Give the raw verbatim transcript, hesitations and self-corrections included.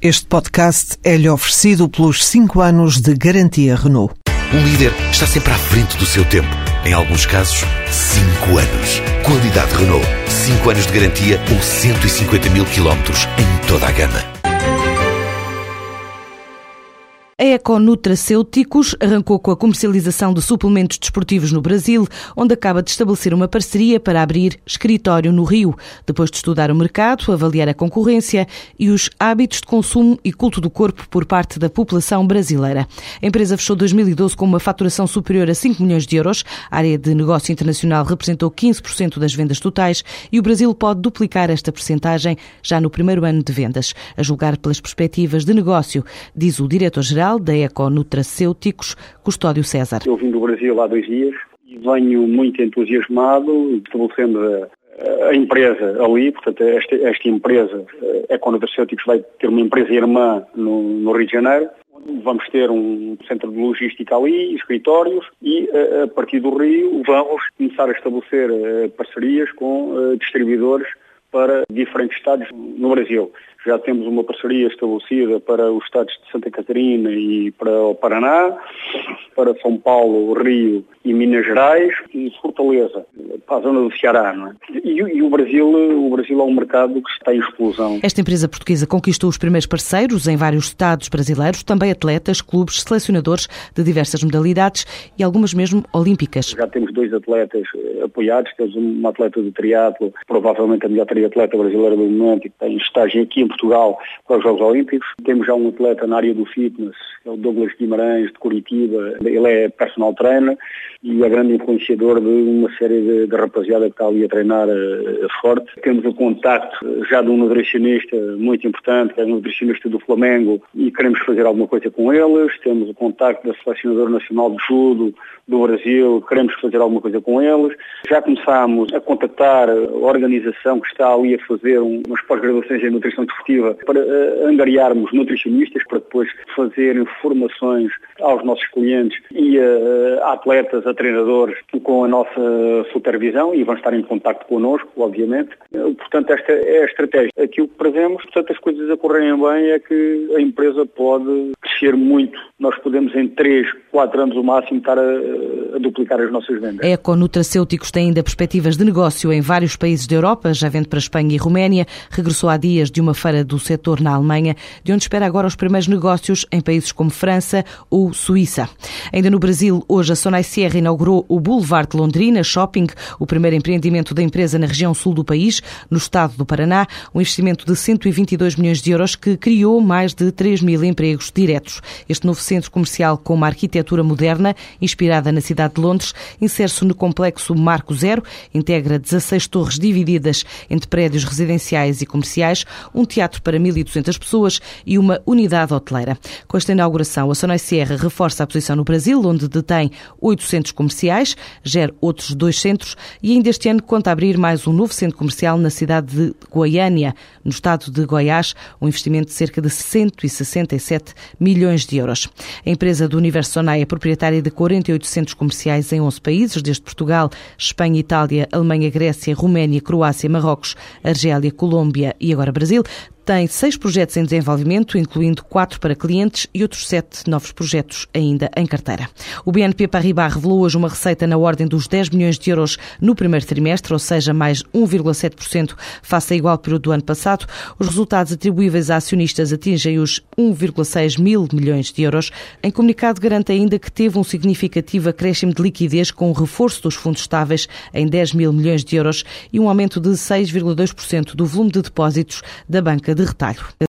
Este podcast é-lhe oferecido pelos cinco anos de garantia Renault. Um líder está sempre à frente do seu tempo. Em alguns casos, cinco anos. Qualidade Renault. cinco anos de garantia ou cento e cinquenta mil quilómetros em toda a gama. A Econutracêuticos arrancou com a comercialização de suplementos desportivos no Brasil, onde acaba de estabelecer uma parceria para abrir escritório no Rio, depois de estudar o mercado, avaliar a concorrência e os hábitos de consumo e culto do corpo por parte da população brasileira. A empresa fechou dois mil e doze com uma faturação superior a cinco milhões de euros. A área de negócio internacional representou quinze por cento das vendas totais e o Brasil pode duplicar esta percentagem já no primeiro ano de vendas, a julgar pelas perspectivas de negócio, diz o diretor-geral da Econutracêuticos, Custódio César. Eu vim do Brasil há dois dias e venho muito entusiasmado, estabelecendo a, a empresa ali, portanto esta, esta empresa, a Econutracêuticos, vai ter uma empresa irmã no, no Rio de Janeiro. Vamos ter um centro de logística ali, escritórios, e a partir do Rio vamos começar a estabelecer parcerias com distribuidores para diferentes estados no Brasil. Já temos uma parceria estabelecida para os estados de Santa Catarina e para o Paraná, para São Paulo, Rio e Minas Gerais e Fortaleza, para a zona do Ceará, não é? E, e o Brasil, o Brasil é um mercado que está em explosão. Esta empresa portuguesa conquistou os primeiros parceiros em vários estados brasileiros, também atletas, clubes, selecionadores de diversas modalidades e algumas mesmo olímpicas. Já temos dois atletas apoiados, temos uma atleta de triatlo, provavelmente a melhor triatleta brasileira do momento, que tem estágio aqui em Portugal para os Jogos Olímpicos. Temos já um atleta na área do fitness, é o Douglas Guimarães, de Curitiba. Ele é personal trainer e é grande influenciador de uma série de, de rapaziada que está ali a treinar uh, forte. Temos o contacto já de um nutricionista muito importante, que é o nutricionista do Flamengo, e queremos fazer alguma coisa com eles. Temos o contacto da Selecionadora Nacional de Judo do Brasil, queremos fazer alguma coisa com eles. Já começámos a contactar a organização que está ali a fazer umas pós-graduações em nutrição desportiva para uh, angariarmos nutricionistas, para depois fazer formações aos nossos clientes e uh, a atletas, a treinadores, com a nossa supervisão, e vão estar em contacto connosco, obviamente. Uh, portanto, esta é a estratégia. Aquilo que prevemos, portanto, as coisas a correrem bem, é que a empresa pode crescer muito. Nós podemos, em três, quatro anos o máximo, estar a a duplicar as nossas vendas. A Econutracêuticos tem ainda perspectivas de negócio em vários países da Europa, já vende para Espanha e Roménia, regressou há dias de uma feira do setor na Alemanha, de onde espera agora os primeiros negócios em países como França ou Suíça. Ainda no Brasil, hoje a Sonai Sierra inaugurou o Boulevard de Londrina Shopping, o primeiro empreendimento da empresa na região sul do país, no estado do Paraná, um investimento de cento e vinte e dois milhões de euros que criou mais de três mil empregos diretos. Este novo centro comercial com uma arquitetura moderna, inspirada na cidade de Londres, insere-se no complexo Marco Zero, integra dezasseis torres divididas entre prédios residenciais e comerciais, um teatro para mil e duzentas pessoas e uma unidade hoteleira. Com esta inauguração, a Sonai Sierra reforça a posição no Brasil, onde detém oito centros comerciais, gera outros dois centros e ainda este ano conta abrir mais um novo centro comercial na cidade de Goiânia, no estado de Goiás, um investimento de cerca de cento e sessenta e sete milhões de euros. A empresa do Universo Sonai é proprietária de quarenta e oito centros comerciais em onze países, desde Portugal, Espanha, Itália, Alemanha, Grécia, Roménia, Croácia, Marrocos, Argélia, Colômbia e agora Brasil. Tem seis projetos em desenvolvimento, incluindo quatro para clientes e outros sete novos projetos ainda em carteira. O B N P Paribas revelou hoje uma receita na ordem dos dez milhões de euros no primeiro trimestre, ou seja, mais um vírgula sete por cento face a igual período do ano passado. Os resultados atribuíveis a acionistas atingem os um vírgula seis mil milhões de euros. Em comunicado garante ainda que teve um significativo acréscimo de liquidez com o reforço dos fundos estáveis em dez mil milhões de euros e um aumento de seis vírgula dois por cento do volume de depósitos da banca de retalho.